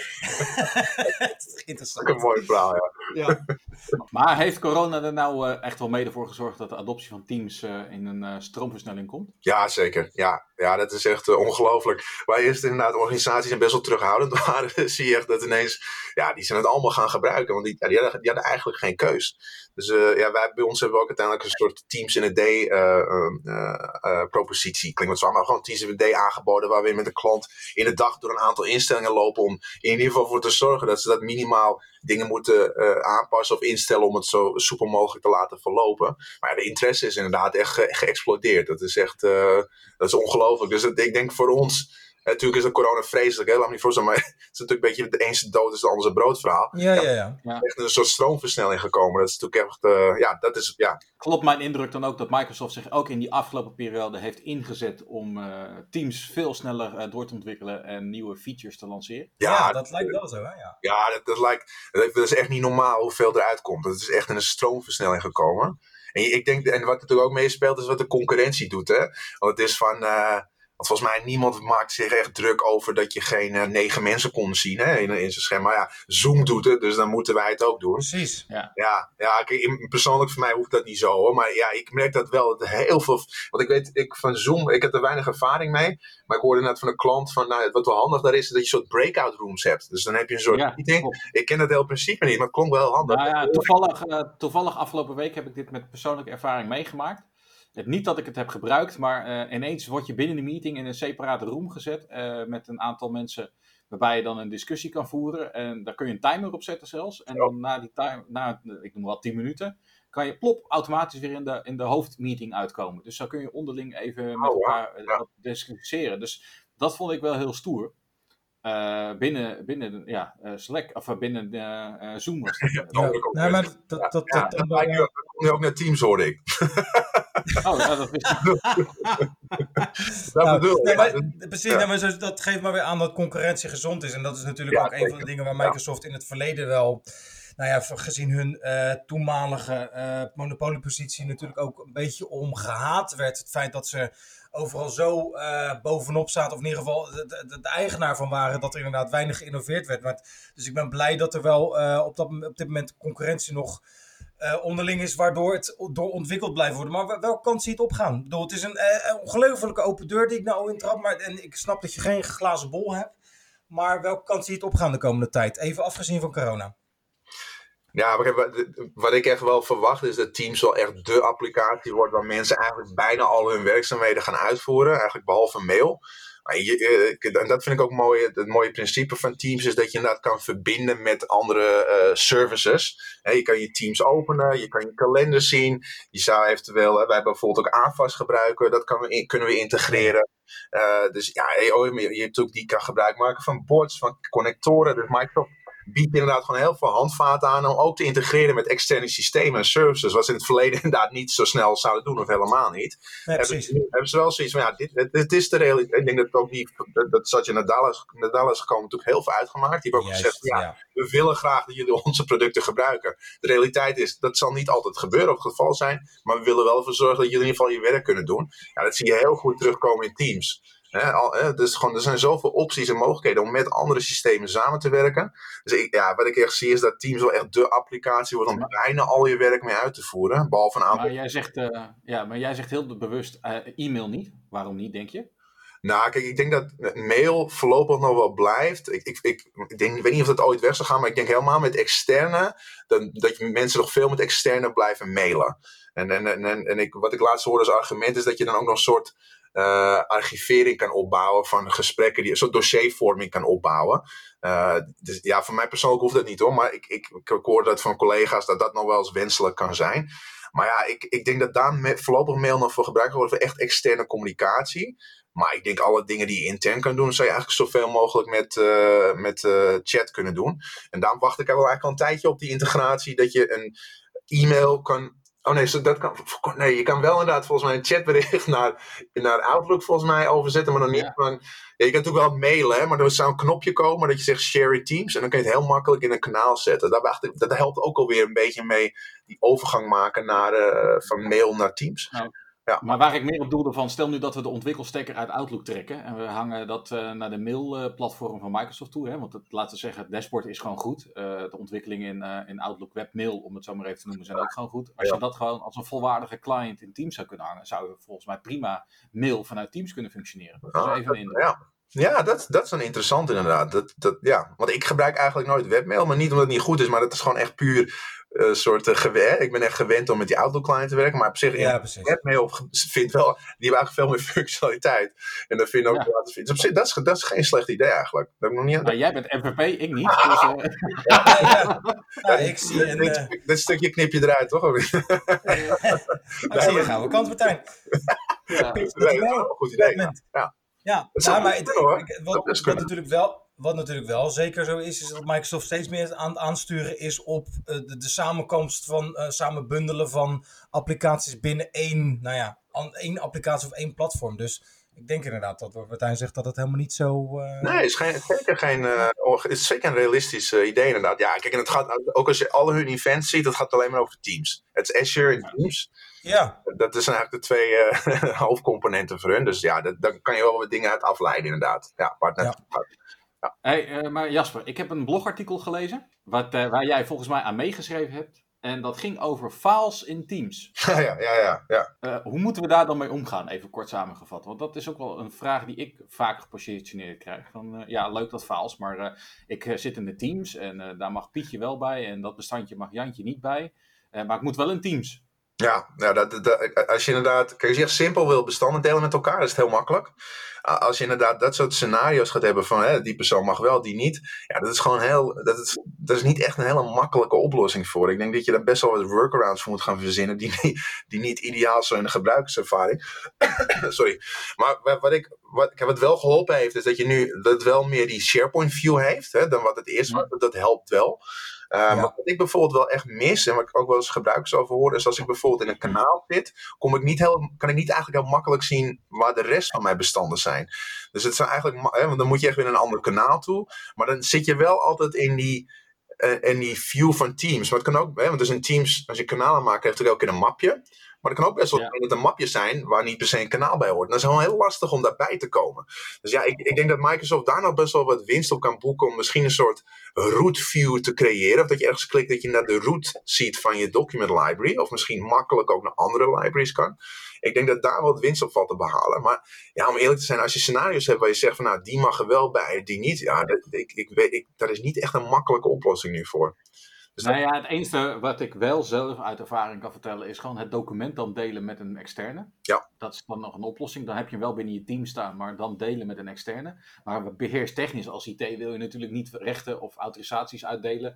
Het is interessant.
Dat is een mooi verhaal,
ja. Maar heeft corona er nou echt wel mede voor gezorgd dat de adoptie van Teams in een stroomversnelling komt?
Ja, zeker. Ja, dat is echt ongelooflijk. Waar eerst inderdaad organisaties best wel terughoudend waren, zie je echt dat ineens, die zijn het allemaal gaan gebruiken. Want die hadden eigenlijk geen keus. Dus bij ons hebben we ook uiteindelijk een soort Teams in a Day propositie. Klinkt wat zwaar, maar gewoon Teams in a Day aangeboden. Waar we met de klant in de dag door een aantal instellingen lopen. Om in ieder geval voor te zorgen dat ze dat minimaal dingen moeten aanpassen of instellen. Om het zo soepel mogelijk te laten verlopen. Maar de interesse is inderdaad echt geëxplodeerd. Dat is echt dat is ongelooflijk. Dus ik denk voor ons. Natuurlijk is de corona vreselijk, helemaal niet voorstellen, maar het is natuurlijk een beetje de ene dood is de andere broodverhaal.
Ja.
Echt een soort stroomversnelling gekomen. Dat is natuurlijk echt,
Klopt mijn indruk dan ook dat Microsoft zich ook in die afgelopen periode heeft ingezet om Teams veel sneller door te ontwikkelen en nieuwe features te lanceren?
Ja, dat lijkt wel zo, hè?
Ja, dat is echt niet normaal hoeveel eruit komt. Het is echt in een stroomversnelling gekomen. En ik denk, en wat natuurlijk ook meespeelt, is wat de concurrentie doet, hè. Want het is van. Want volgens mij niemand maakt zich echt druk over dat je geen 9 mensen kon zien, hè, in zijn scherm. Maar ja, Zoom doet het, dus dan moeten wij het ook doen.
Precies.
Ja, persoonlijk voor mij hoeft dat niet zo, hoor. Maar ja, ik merk dat wel. Dat heel veel. Want van Zoom, ik heb er weinig ervaring mee. Maar ik hoorde net van een klant van, wat wel handig daar is dat je een soort breakout rooms hebt. Dus dan heb je een soort meeting.
Klopt.
Ik ken het hele principe niet, maar het klonk wel handig.
Nou ja, toevallig afgelopen week heb ik dit met persoonlijke ervaring meegemaakt. Niet dat ik het heb gebruikt, maar ineens word je binnen de meeting in een separate room gezet met een aantal mensen waarbij je dan een discussie kan voeren. En daar kun je een timer op zetten zelfs. En dan ik noem wel 10 minuten, kan je automatisch weer in de hoofdmeeting uitkomen. Dus zo kun je onderling even met elkaar discussiëren. Dus dat vond ik wel heel stoer. Binnen Slack of binnen Zoom was dat.
Dat komt nu ook naar Teams, hoorde ik.
Dat wist ik.
Precies, dat geeft maar weer aan dat concurrentie gezond is. En dat is natuurlijk ook een van de dingen waar Microsoft in het verleden wel, gezien hun toenmalige monopoliepositie natuurlijk ook een beetje om gehaat werd. Het feit dat ze overal zo bovenop zaten, of in ieder geval de eigenaar van waren, dat er inderdaad weinig geïnnoveerd werd. Dus ik ben blij dat er wel op dit moment concurrentie nog onderling is, waardoor het doorontwikkeld blijft worden. Maar welke kant zie je het opgaan? Ik bedoel, het is een ongelofelijke open deur die ik nou intrap, en ik snap dat je geen glazen bol hebt. Maar welke kant zie je het opgaan de komende tijd? Even afgezien van corona.
Ja, wat ik echt wel verwacht is dat Teams wel echt de applicatie wordt waar mensen eigenlijk bijna al hun werkzaamheden gaan uitvoeren. Eigenlijk behalve mail. En dat vind ik ook mooi. Het mooie principe van Teams is dat je inderdaad kan verbinden met andere services. Je kan je Teams openen, je kan je kalender zien. Je zou eventueel, wij bijvoorbeeld ook AFAS gebruiken. Dat kunnen we integreren. Dus ja, je hebt ook die kan gebruik maken van boards, van connectoren. Dus Microsoft biedt inderdaad gewoon heel veel handvaten aan om ook te integreren met externe systemen en services, wat ze in het verleden inderdaad niet zo snel zouden doen, of helemaal niet.
Nee,
hebben ze wel zoiets van, dit is de realiteit. Ik denk dat ook dat Satya Nadella is gekomen, natuurlijk heel veel uitgemaakt. Die heeft ook gezegd, we willen graag dat jullie onze producten gebruiken. De realiteit is, dat zal niet altijd gebeuren of het geval zijn, maar we willen wel ervoor zorgen dat jullie in ieder geval je werk kunnen doen. Ja, dat zie je heel goed terugkomen in Teams. Dus gewoon, er zijn zoveel opties en mogelijkheden om met andere systemen samen te werken. Dus wat ik echt zie is dat Teams wel echt de applicatie wordt om bijna al je werk mee uit te voeren. Behalve een aantal.
Maar jij zegt heel bewust e-mail niet. Waarom niet, denk je?
Nou, kijk, ik denk dat mail voorlopig nog wel blijft. Ik weet niet of dat ooit weg zal gaan, maar ik denk helemaal met externe, dat je mensen nog veel met externe blijven mailen. Wat ik laatst hoorde als argument is dat je dan ook nog een soort archivering kan opbouwen van gesprekken, een soort dossiervorming kan opbouwen. Dus ja, voor mij persoonlijk hoeft dat niet, hoor, maar ik hoor dat van collega's dat nog wel eens wenselijk kan zijn. Maar ja, ik denk dat daar voorlopig mail nog voor gebruikt wordt voor echt externe communicatie. Maar ik denk alle dingen die je intern kan doen, zou je eigenlijk zoveel mogelijk met chat kunnen doen. En daarom wacht ik er wel eigenlijk al een tijdje op die integratie, dat je een e-mail kan Oh nee, nee, je kan wel inderdaad volgens mij een chatbericht naar Outlook volgens mij overzetten, maar dan niet van... Ja, je kan natuurlijk wel mailen, hè, maar er zou een knopje komen dat je zegt share in Teams en dan kun je het heel makkelijk in een kanaal zetten. Dat helpt ook alweer een beetje mee die overgang maken van mail naar Teams.
Nou,
ja.
Maar waar ik meer op doelde van, stel nu dat we de ontwikkelstekker uit Outlook trekken en we hangen dat naar de mailplatform van Microsoft toe, hè, want laten we zeggen, het dashboard is gewoon goed. De ontwikkelingen in Outlook webmail, om het zo maar even te noemen, zijn ook gewoon goed. Als je dat gewoon als een volwaardige client in Teams zou kunnen hangen, zou je volgens mij prima mail vanuit Teams kunnen functioneren. Dat is even een indruk.
Ja, dat is een interessant inderdaad. Want ik gebruik eigenlijk nooit webmail, maar niet omdat het niet goed is, maar dat is gewoon echt puur soort gewend. Ik ben echt gewend om met die Outlook client te werken, maar op zich webmail vindt wel, die hebben eigenlijk veel meer functionaliteit. En dat vind ik ook dat is geen slecht idee eigenlijk. Dat heb ik nog niet aan.
Jij bent MVP, ik niet. Dus,
ik zie
dit stukje knip je eruit, toch?
Zie je gaan we kant, Martijn.
Dat is een goed idee.
Ja, maar wat natuurlijk wel zeker zo is dat Microsoft steeds meer aan het aansturen is op de samenkomst van samen bundelen van applicaties binnen één applicatie of één platform. Dus ik denk inderdaad dat wat Martijn zegt dat het helemaal niet zo...
Nee, het is zeker een realistisch idee inderdaad. Ja, kijk, en het gaat ook als je alle hun events ziet, dat gaat alleen maar over Teams. Het is Azure en Teams.
Ja.
Dat zijn eigenlijk de twee hoofdcomponenten voor hun. Dus ja, daar kan je wel wat dingen uit afleiden inderdaad. Ja,
Ja. Hey, maar Jasper, ik heb een blogartikel gelezen waar jij volgens mij aan meegeschreven hebt. En dat ging over files in Teams.
Ja.
Hoe moeten we daar dan mee omgaan? Even kort samengevat. Want dat is ook wel een vraag die ik vaak gepositioneerd krijg. Van, leuk dat files, maar ik zit in de Teams en daar mag Pietje wel bij. En dat bestandje mag Jantje niet bij. Maar ik moet wel in Teams.
Ja, als je inderdaad... Kijk, als je echt simpel wil bestanden delen met elkaar, is het heel makkelijk. Als je inderdaad dat soort scenario's gaat hebben van die persoon mag wel, die niet. Ja, dat is gewoon dat is niet echt een hele makkelijke oplossing voor. Ik denk dat je daar best wel wat workarounds voor moet gaan verzinnen die niet ideaal zijn in de gebruikerservaring. Sorry. Maar wat wel geholpen heeft, is dat je nu dat wel meer die SharePoint view heeft, dan wat het eerst was. Dat helpt wel. Maar wat ik bijvoorbeeld wel echt mis, en wat ik ook wel eens gebruikers over hoor, is als ik bijvoorbeeld in een kanaal zit, kan ik niet eigenlijk heel makkelijk zien waar de rest van mijn bestanden zijn. Dus het zijn eigenlijk, want dan moet je echt weer naar een ander kanaal toe, maar dan zit je wel altijd in die view van Teams. Maar het kan ook, want dus in Teams, als je kanalen maakt, heeft het ook in een mapje. Maar het kan ook best wel dat het een mapje zijn waar niet per se een kanaal bij hoort. En dat is gewoon heel lastig om daarbij te komen. Dus ja, ik denk dat Microsoft daar nog best wel wat winst op kan boeken om misschien een soort root view te creëren. Of dat je ergens klikt dat je naar de root ziet van je document library. Of misschien makkelijk ook naar andere libraries kan. Ik denk dat daar wat winst op valt te behalen. Maar ja, om eerlijk te zijn, als je scenario's hebt waar je zegt van nou, die mag er wel bij, die niet. Ja, daar is niet echt een makkelijke oplossing nu voor.
Dus het enige wat ik wel zelf uit ervaring kan vertellen is gewoon het document dan delen met een externe.
Ja.
Dat is dan nog een oplossing. Dan heb je hem wel binnen je team staan, maar dan delen met een externe. Maar beheerstechnisch als IT wil je natuurlijk niet rechten of autorisaties uitdelen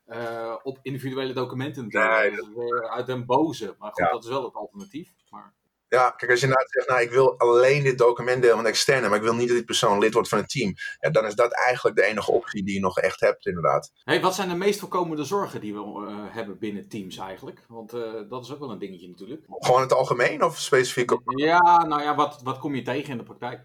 op individuele documenten. Uit den boze. Maar goed, dat is wel het alternatief. Maar...
Ja, kijk, als je nou zegt, ik wil alleen dit document delen met een externe, maar ik wil niet dat die persoon lid wordt van een team. Ja, dan is dat eigenlijk de enige optie die je nog echt hebt, inderdaad.
Hey, wat zijn de meest voorkomende zorgen die we hebben binnen teams eigenlijk? Want dat is ook wel een dingetje natuurlijk.
Gewoon het algemeen of specifiek?
Ja, wat kom je tegen in de praktijk?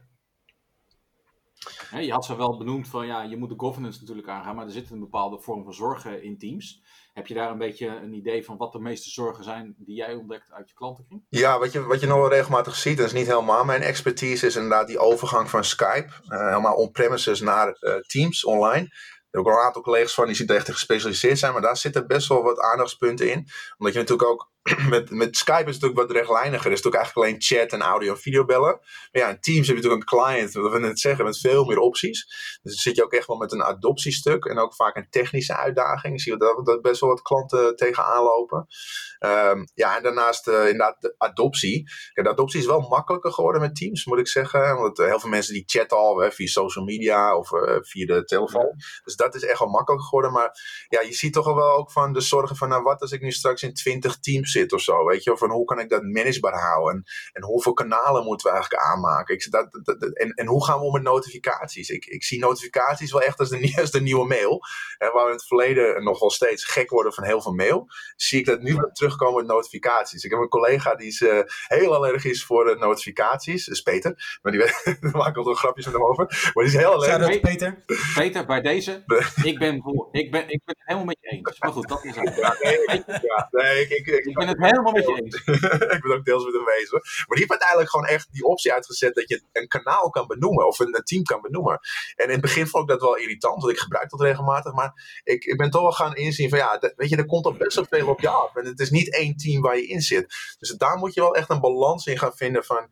Je had ze wel benoemd van, je moet de governance natuurlijk aangaan, maar er zit een bepaalde vorm van zorgen in teams. Heb je daar een beetje een idee van wat de meeste zorgen zijn die jij ontdekt uit je klantenkring?
Ja, wat je nog wel regelmatig ziet, dat is niet helemaal mijn expertise, is inderdaad die overgang van Skype, helemaal on-premises naar Teams online. Er zijn ook een aantal collega's van die echt gespecialiseerd zijn, maar daar zitten best wel wat aandachtspunten in. Omdat je natuurlijk ook, met Skype is het natuurlijk wat rechtlijniger. Het is natuurlijk eigenlijk alleen chat en audio en video bellen. Maar ja, in Teams heb je natuurlijk een client, wat we net zeggen, met veel meer opties. Dus dan zit je ook echt wel met een adoptiestuk en ook vaak een technische uitdaging. Je ziet dat best wel wat klanten tegenaan lopen. En daarnaast inderdaad de adoptie. Ja, de adoptie is wel makkelijker geworden met Teams, moet ik zeggen. Want heel veel mensen die chatten al via social media of via de telefoon. Dus dat is echt wel makkelijker geworden. Maar ja, je ziet toch wel ook van de zorgen van, wat als ik nu straks in 20 Teams zit of zo, weet je. Van hoe kan ik dat managebaar houden? En hoeveel kanalen moeten we eigenlijk aanmaken? En hoe gaan we om met notificaties? Ik zie notificaties wel echt als de nieuwe mail. En waar we in het verleden nog wel steeds gek worden van heel veel mail, zie ik dat nu weer terugkomen met notificaties. Ik heb een collega die is heel allergisch voor notificaties. Dat is Peter. Maar daar maak ik altijd grapjes met hem over. Maar die is heel allergisch.
Peter.
Peter, bij deze, ik ben het helemaal met je eens. Maar goed, dat is het. Ik ben het helemaal met je eens.
Ik ben ook deels met hem eens. Maar die heeft uiteindelijk gewoon echt die optie uitgezet dat je een kanaal kan benoemen of een team kan benoemen. En in het begin vond ik dat wel irritant, want ik gebruik dat regelmatig. Maar ik ben toch wel gaan inzien van weet je, er komt al best wel veel op je af. En het is niet één team waar je in zit. Dus daar moet je wel echt een balans in gaan vinden van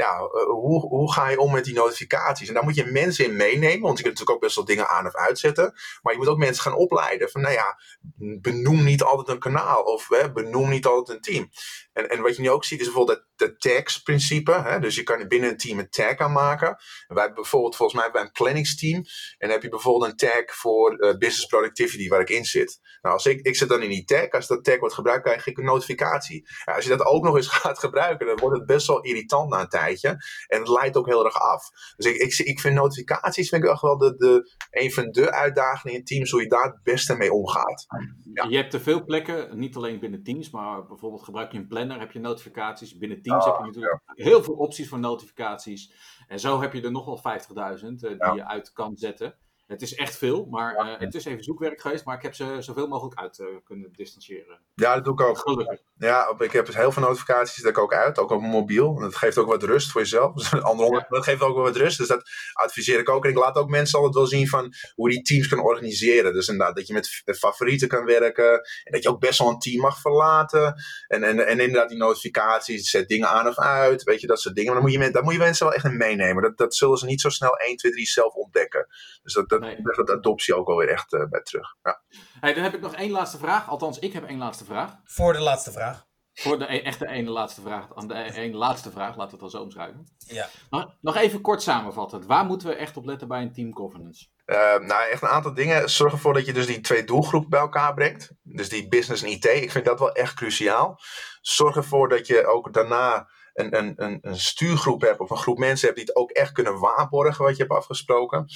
hoe ga je om met die notificaties. En daar moet je mensen in meenemen, want je kunt natuurlijk ook best wel dingen aan of uitzetten. Maar je moet ook mensen gaan opleiden van benoem niet altijd een kanaal of benoem niet altijd een team. En wat je nu ook ziet is bijvoorbeeld het tags-principe. Dus je kan binnen een team een tag aanmaken. En wij hebben bijvoorbeeld volgens mij bij een planningsteam. En dan heb je bijvoorbeeld een tag voor business productivity waar ik in zit. Nou, als ik zit dan in die tag. Als dat tag wordt gebruikt, krijg ik een notificatie. Ja, als je dat ook nog eens gaat gebruiken, dan wordt het best wel irritant na een tijdje. En het leidt ook heel erg af. Dus ik vind notificaties echt wel een van de uitdagingen in teams, hoe je daar het beste mee omgaat.
Ja. Je hebt te veel plekken, niet alleen binnen Teams, maar bijvoorbeeld gebruik je een planner, heb je notificaties. Binnen Teams heb je natuurlijk heel veel opties voor notificaties. En zo heb je er nog wel 50.000 die je uit kan zetten. Het is echt veel, maar het is even zoekwerk geweest, maar ik heb ze zoveel mogelijk uit kunnen distancieren.
Ja, dat doe ik ook.
Gelukkig.
Ja, ik heb dus heel veel notificaties, dat ik ook uit, ook op mijn mobiel. En dat geeft ook wat rust voor jezelf. Dus dat geeft ook wel wat rust, dus dat adviseer ik ook. En ik laat ook mensen altijd wel zien van hoe die teams kunnen organiseren. Dus inderdaad, dat je met favorieten kan werken. En dat je ook best wel een team mag verlaten. En inderdaad die notificaties, zet dingen aan of uit, weet je, dat soort dingen. Maar daar moet je mensen wel echt in meenemen. Dat zullen ze niet zo snel 1, 2, 3 zelf ontdekken. Dus dat adoptie ook alweer echt bij terug. Ja.
Hey, dan heb ik nog één laatste vraag. Althans, ik heb één laatste vraag.
Voor de laatste vraag.
Voor de echte ene laatste vraag. De ene laatste vraag, laten we het dan zo omschrijven.
Ja.
Nog even kort samenvatten. Waar moeten we echt op letten bij een team governance?
Echt een aantal dingen. Zorg ervoor dat je dus die twee doelgroepen bij elkaar brengt. Dus die business en IT. Ik vind dat wel echt cruciaal. Zorg ervoor dat je ook daarna een stuurgroep hebt of een groep mensen hebt die het ook echt kunnen waarborgen wat je hebt afgesproken.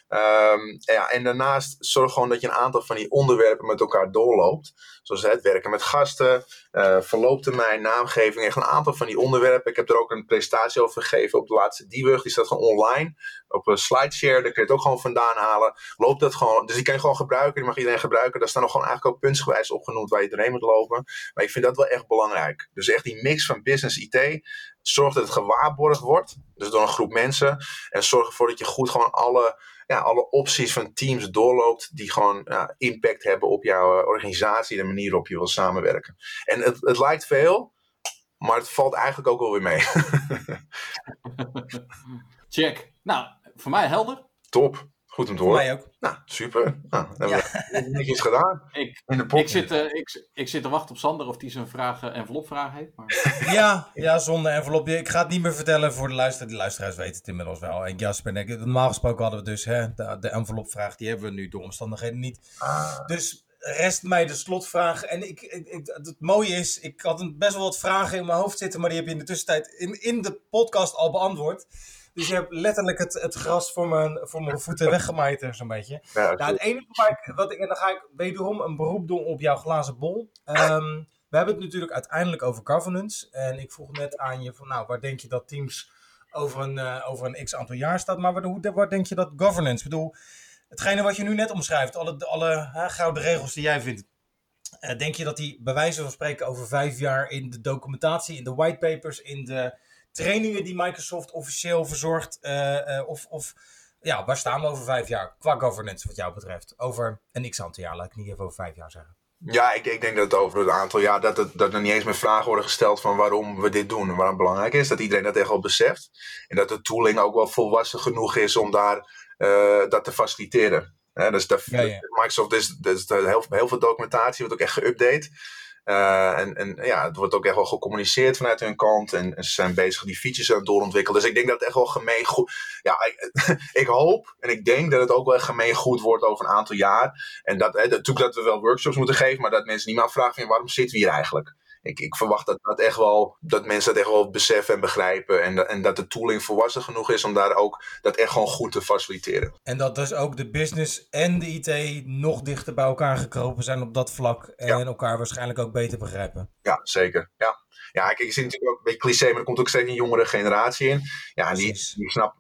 En daarnaast zorg gewoon dat je een aantal van die onderwerpen met elkaar doorloopt. Zoals het werken met gasten, verlooptermijn, naamgeving. Echt een aantal van die onderwerpen. Ik heb er ook een presentatie over gegeven op de laatste debug. Die staat gewoon online op een slideshare. Daar kun je het ook gewoon vandaan halen. Loopt dat gewoon. Dus die kan je gewoon gebruiken. Die mag iedereen gebruiken. Daar staan nog gewoon eigenlijk ook puntsgewijs opgenoemd waar je doorheen moet lopen. Maar ik vind dat wel echt belangrijk. Dus echt die mix van business IT. Zorg dat het gewaarborgd wordt. Dus door een groep mensen. En zorg ervoor dat je goed gewoon alle opties van teams doorloopt die gewoon impact hebben op jouw organisatie en de manier waarop je wil samenwerken. En het lijkt veel, maar het valt eigenlijk ook wel weer mee.
Check. Nou, voor mij helder.
Top. Goed om te horen.
Voor mij ook.
Nou, super. Nou, dan hebben we netjes gedaan.
Ik zit te wachten op Sander of hij zijn envelopvraag heeft. Maar...
Ja, zonder envelop. Ik ga het niet meer vertellen voor de luisteraars. De luisteraars weten het inmiddels wel. En Jasper en ik, normaal gesproken hadden we dus de envelopvraag. Die hebben we nu door omstandigheden niet. Dus rest mij de slotvraag. En het mooie is, ik had best wel wat vragen in mijn hoofd zitten. Maar die heb je in de tussentijd in de podcast al beantwoord. Dus je hebt letterlijk het gras voor mijn voeten weggemaaid, zo'n beetje. Ja, het enige en dan ga ik wederom een beroep doen op jouw glazen bol. We hebben het natuurlijk uiteindelijk over governance. En ik vroeg net aan je van, waar denk je dat teams over een x aantal jaar staat? Maar waar denk je dat governance? Ik bedoel, hetgene wat je nu net omschrijft, alle gouden regels die jij vindt. Denk je dat die bij wijze van spreken over 5 jaar in de documentatie, in de whitepapers, in de trainingen die Microsoft officieel verzorgt, waar staan we over 5 jaar qua governance wat jou betreft? Over een x-aantal jaar, laat ik niet even over 5 jaar zeggen.
Ja, ik denk dat over een aantal jaar dat er niet eens meer vragen worden gesteld van waarom we dit doen en waarom het belangrijk is. Dat iedereen dat echt wel beseft. En dat de tooling ook wel volwassen genoeg is om daar dat te faciliteren. Dus Microsoft is heel veel documentatie, wordt ook echt geüpdate. Het wordt ook echt wel gecommuniceerd vanuit hun kant. En ze zijn bezig die features aan het doorontwikkelen. Dus ik denk dat het echt wel gemeen goed... Ja, ik hoop en ik denk dat het ook wel gemeen goed wordt over een aantal jaar. En natuurlijk dat we wel workshops moeten geven, maar dat mensen niet meer afvragen van waarom zitten we hier eigenlijk? ik verwacht dat mensen dat echt wel beseffen en begrijpen. En dat de tooling volwassen genoeg is om daar ook dat echt gewoon goed te faciliteren.
En dat dus ook de business en de IT nog dichter bij elkaar gekropen zijn op dat vlak. En elkaar waarschijnlijk ook beter begrijpen.
Ja, zeker. Ja, kijk, je ziet natuurlijk ook een beetje cliché, maar er komt ook steeds een jongere generatie in. Ja, en die snapt,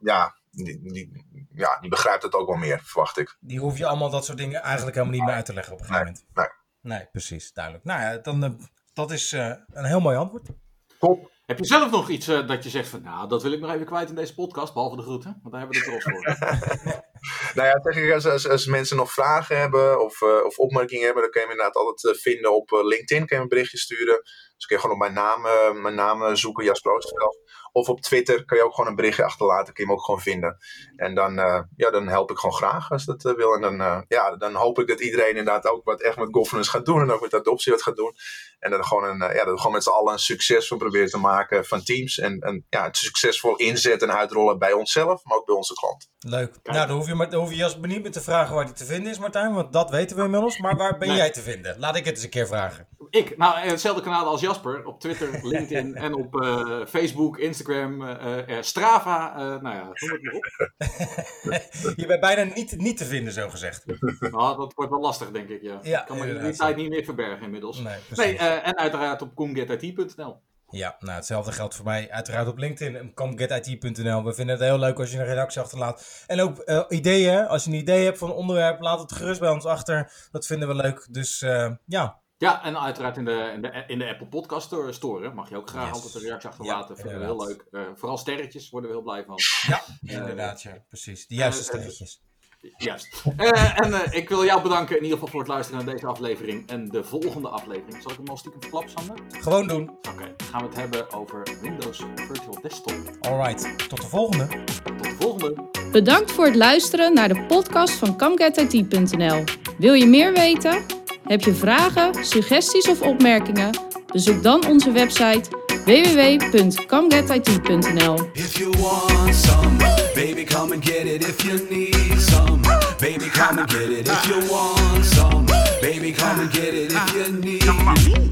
die begrijpt het ook wel meer, verwacht ik.
Die hoef je allemaal dat soort dingen eigenlijk helemaal niet meer uit te leggen op een gegeven moment. Nee, precies, duidelijk. Nou ja, dan, dat is een heel mooi antwoord.
Top.
Heb je zelf nog iets dat je zegt van, nou, dat wil ik nog even kwijt in deze podcast, behalve de groeten? Want daar hebben we het trots voor.
Nou ja, zeg ik, als mensen nog vragen hebben of opmerkingen hebben, dan kun je me inderdaad altijd vinden op LinkedIn. Kun je een berichtje sturen. Dus kun je gewoon op mijn naam zoeken, Jasper Oosterveld. Of op Twitter kun je ook gewoon een berichtje achterlaten. Kun je hem ook gewoon vinden. En dan help ik gewoon graag als dat wil. En dan hoop ik dat iedereen inderdaad ook wat echt met governance gaat doen. En ook met adoptie wat gaat doen. En dat we gewoon met z'n allen een succes van proberen te maken van teams. En het succesvol inzetten en uitrollen bij onszelf, maar ook bij onze klant.
Leuk. Nou, dan hoef je Jasper niet meer te vragen waar hij te vinden is, Martijn. Want dat weten we inmiddels. Maar waar ben jij te vinden? Laat ik het eens een keer vragen.
Hetzelfde kanaal als Jasper. Op Twitter, LinkedIn en op Facebook, Instagram, Strava. Noem het maar op.
Je bent bijna niet te vinden, zo gezegd.
Nou, dat wordt wel lastig, denk ik. Ja. Ik kan me die tijd niet meer verbergen inmiddels. En uiteraard op comgetit.nl.
Ja, nou hetzelfde geldt voor mij uiteraard op LinkedIn, comgetit.nl. We vinden het heel leuk als je een redactie achterlaat. En ook ideeën, als je een idee hebt van een onderwerp, laat het gerust bij ons achter. Dat vinden we leuk, dus ja.
Ja, en uiteraard in de Apple Podcast Store mag je ook graag altijd een reactie achterlaten.
Ja,
vinden we heel leuk. Vooral sterretjes, worden we heel blij van.
Ja, inderdaad, ja, precies. De juiste sterretjes.
Juist. Ik wil jou bedanken in ieder geval voor het luisteren naar deze aflevering. En de volgende aflevering. Zal ik hem al stiekem verklappen, Sander?
Gewoon doen.
Oké, dan gaan we het hebben over Windows Virtual Desktop.
Alright, tot de volgende.
Tot de volgende.
Bedankt voor het luisteren naar de podcast van ComeGetIT.nl. Wil je meer weten? Heb je vragen, suggesties of opmerkingen? Bezoek dan onze website www.comegetit.nl.
If you want some, baby, come and get it. If you need some, baby, come and get it. If you want some, baby, come and get it. If you need